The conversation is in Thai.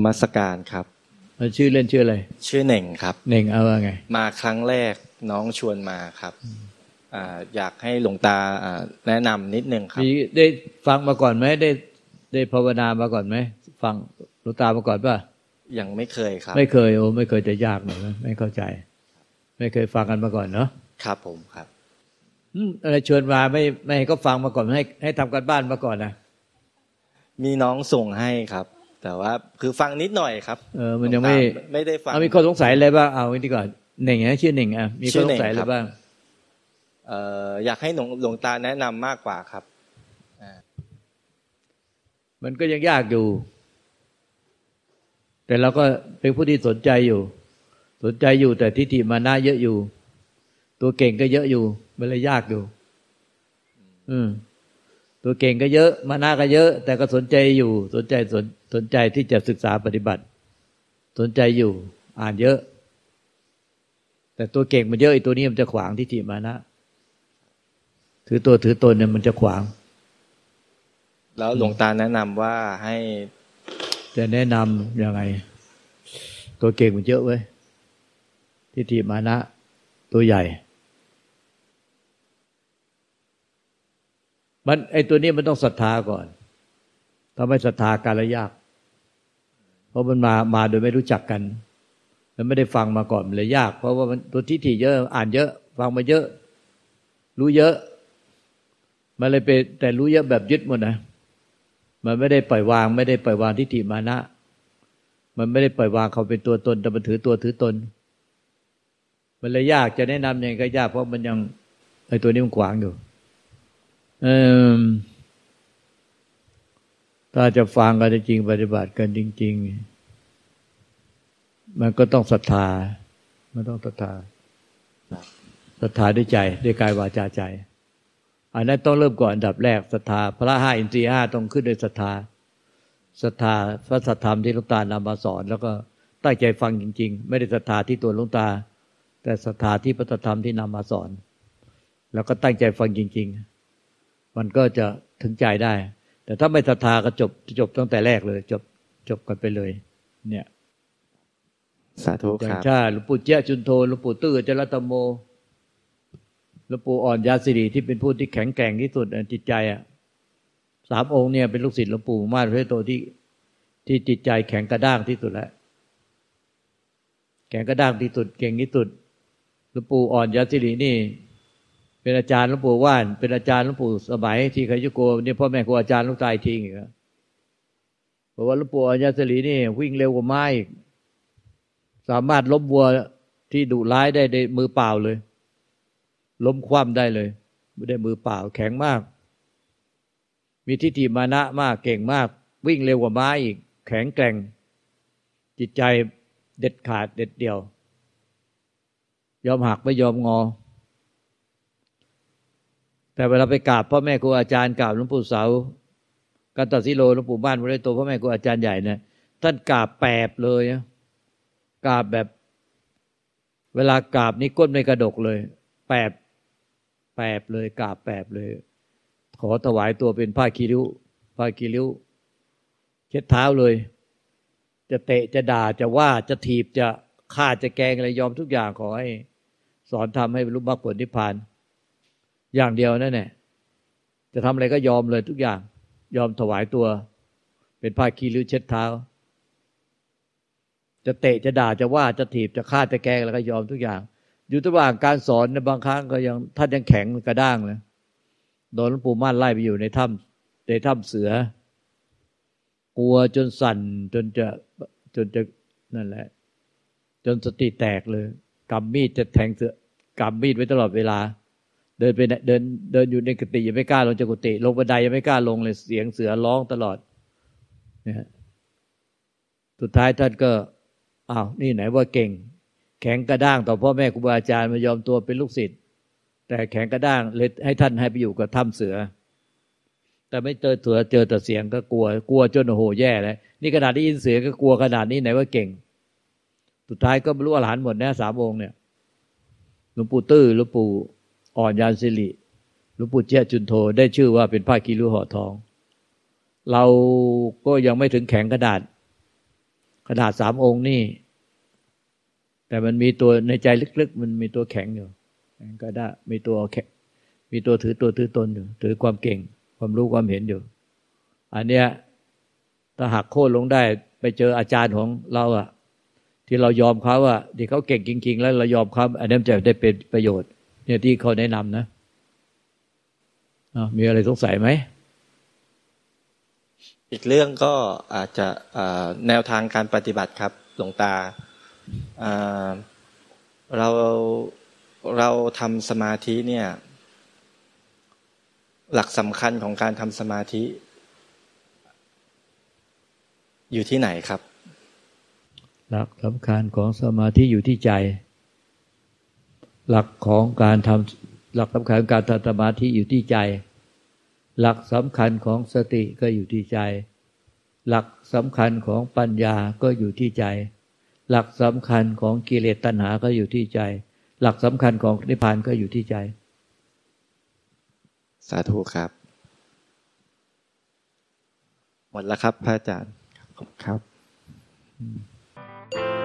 มัสการครับชื่อเล่นชื่ออะไรชื่อเน่งครับเน่งเอาว่าไงมาครั้งแรกน้องชวนมาครับอยากให้หลวงตาแนะนำนิดนึงครับได้ฟังมาก่อนไหมได้ภาวนามาก่อนไหมฟังหลวงตามาก่อนป่ะยังไม่เคยครับไม่เคยไม่เคยจะยากหน่อยไม่เข้าใจไม่เคยฟังกันมาก่อนเนาะครับผมครับอะไรชวนมาไม่ให้ก็ฟังมาก่อนให้ทำการบ้านมาก่อนนะมีน้องส่งให้ครับแต่ว่าคือฟังนิดหน่อยครับมันยังไม่ได้ฟังมีข้อสงสัยอะไรบ้างเอาดีก่อนเน่งนะชื่อเน่งมีข้อสงสัยอะไรบ้างอยากให้หลวงตาแนะนำมากกว่าครับมันก็ยังยากอยู่แต่เราก็เป็นผู้ที่สนใจอยู่แต่ทิฏฐิมานะเยอะอยู่ตัวเก่งก็เยอะอยู่มันเลยยากอยู่ตัวเก่งก็เยอะมานะก็เยอะแต่ก็สนใจอยู่สนใจที่จะศึกษาปฏิบัติสนใจอยู่อ่านเยอะแต่ตัวเก่งมันเยอะไอ้ตัวนี้มันจะขวางทิฏฐิมานะถือตัวถือตนเนี่ยมันจะขวางแล้วหลวงตาแนะนำว่าให้จะแนะนำยังไงตัวเก่งมันเยอะเว้ยทิฏฐิมานะตัวใหญ่มันไอ้ตัวนี้มันต้องศรัทธาก่อนถ้าไม่ศรัทธาการละยากเพราะมันมาโดยไม่รู้จักกันมันไม่ได้ฟังมาก่อนมันเลยยากเพราะว่ามันตัวทิฏฐิเยอะอ่านเยอะฟังมาเยอะรู้เยอะมันเลยไปแต่รู้เยอะแบบยึดหมดนะมันไม่ได้ปล่อยวางไม่ได้ปล่อยวางทิฏฐิมานะมันไม่ได้ปล่อยวางเขาเป็นตัวตนแต่มันถือตัวถือตนมันเลยยากจะแนะนำยังไงก็ยากเพราะมันยังไอ้ตัวนี้มันขวางอยู่ถ้าจะฟังกันจริงปฏิบัติกันจริงๆมันก็ต้องศรัทธามันต้องศรัทธาด้วยใจด้วยกายวาจาใจอันนั้นต้องเริ่มก่อนอันดับแรกศรัทธาพระ5อินทรีย์5ต้องขึ้นด้วยศรัทธาพระสัทธรรมที่หลวงตานำมาสอนแล้วก็ตั้งใจฟังจริงๆไม่ได้ศรัทธาที่ตัวหลวงตาแต่ศรัทธาที่พระสัทธรรมที่นำมาสอนแล้วก็ตั้งใจฟังจริงๆมันก็จะถึงใจได้แต่ถ้าไม่ศรัทธาก็จบตั้งแต่แรกเลยจบกันไปเลยเนี่ยสาธุครับอย่างถ้าหลวงปู่เจ้าจุนโทหลวงปู่ตื้อจรัตโมหลวงปู่อ่อนยาสิริที่เป็นผู้ที่แข็งแกร่งที่สุดจิตใจ3องค์เนี่ยเป็นลูกศิษย์หลวงปู่มาพระโตที่จิตใจแข็งกระด้างที่สุดแล้วแข็งกระด้างที่สุดเก่งที่สุดหลวงปู่อ่อนยาสิรินี่เป็นอาจารย์หลวงปู่ว่านเป็นอาจารย์หลวงปู่สมัยที่คยุโกเนี่ยพ่อแม่ครูอาจารย์หลวงตาทิ้งอีกเพราะว่าหลวงปู่อ่อนยาสิรินี่วิ่งเร็วกว่าม้าอีกสามารถล้มวัวที่ดุร้ายได้มือเปล่าเลยล้มคว่ำได้เลยไม่ได้มือเปล่าแข็งมากมีทิฏฐิมานะมากเก่งมากวิ่งเร็วกว่าม้าอีกแข็งแกร่งจิตใจเด็ดขาดเด็ดเดี่ยวยอมหักไม่ยอมงอแต่เวลาไปกราบพ่อแม่ครูอาจารย์กราบหลวงปู่เสากันตศิโลหลวงปู่บ้านพระโตพ่อแม่ครูอาจารย์ใหญ่เนี่ยท่านกราบแปบเลยกราบแบบเวลากราบนี่ก้นไม่กระดกเลยแปบเลยกราบแปบเลยขอถวายตัวเป็นผ้าคีริ้วเช็ดเท้าเลยจะเตะจะด่าจะว่าจะถีบจะฆ่าจะแกล้งอะไรยอมทุกอย่างขอให้สอนทำให้บรรลุมรรคผลนิพพานอย่างเดียวนั่นแหละจะทำอะไรก็ยอมเลยทุกอย่างยอมถวายตัวเป็นผ้าคีริ้วเช็ดเท้าจะเตะจะด่าจะว่าจะถีบจะฆ่าจะแกล้งแล้วก็ยอมทุกอย่างอยู่ระหว่างการสอนในบางครั้งก็ยังท่านยังแข็งกระด้างเลยโดนหลวงปู่ม่านไล่ไปอยู่ในถ้ำเสือกลัวจนสั่นจนจะนั่นแหละจนสติแตกเลยกำมีดจะแทงเสือกำมีดไว้ตลอดเวลาเดินอยู่ในกุฏิยังไม่กล้าลงจากกุฏิลงบันไดยังไม่กล้าลงเลยเสียงเสือร้องตลอดเนี่ยสุดท้ายท่านก็อ้าวนี่ไหนว่าเก่งแข็งกระด้างต่อพ่อแม่ครูบาอาจารย์มายอมตัวเป็นลูกศิษย์แต่แข็งกระด้างเลยให้ท่านให้ไปอยู่กับถ้ำเสือแต่ไม่เจอเสือเจอแต่เสียงก็กลัวจนโอ้โหแย่แล้วนี่ขนาดได้ยินเสียงก็กลัวขนาดนี้ไหนว่าเก่งสุดท้ายก็บรรลุอรหันต์หมดนะ3องค์เนี่ยหลวงปู่ตื้อหลวงปู่อ่อนยานสิริหลวงปู่เจ้าจุนโทได้ชื่อว่าเป็นผ้าคีริ้วห่อทองเราก็ยังไม่ถึงแข็งขนาดขนาด3 องค์นี่แต่มันมีตัวในใจลึกๆมันมีตัวแข็งอยู่ก็ได้มีตัวแข็งมีตัวถือตนอยู่ถือความเก่งความรู้ความเห็นอยู่อันเนี้ยถ้าหักโค่นลงได้ไปเจออาจารย์ของเราอะที่เรายอมเขาว่าที่เขาเก่งจริงๆแล้วเรายอมเขาอันนี้จะได้เป็นประโยชน์เนี่ยที่เขาแนะนำนะมีอะไรสงสัยไหมอีกเรื่องก็อาจจะแนวทางการปฏิบัติครับหลวงตาเราทำสมาธิเนี่ยหลักสำคัญของการทำสมาธิอยู่ที่ไหนครับหลักสำคัญของสมาธิอยู่ที่ใจหลักของการทำหลักสำคัญของการทำสมาธิอยู่ที่ใจหลักสำคัญของสติก็อยู่ที่ใจหลักสำคัญของปัญญาก็อยู่ที่ใจหลักสำคัญของกิเลสตัณหาก็อยู่ที่ใจหลักสำคัญของนิพพานก็อยู่ที่ใจสาธุครับหมดแล้วครับพระอาจารย์ขอบคุณครับ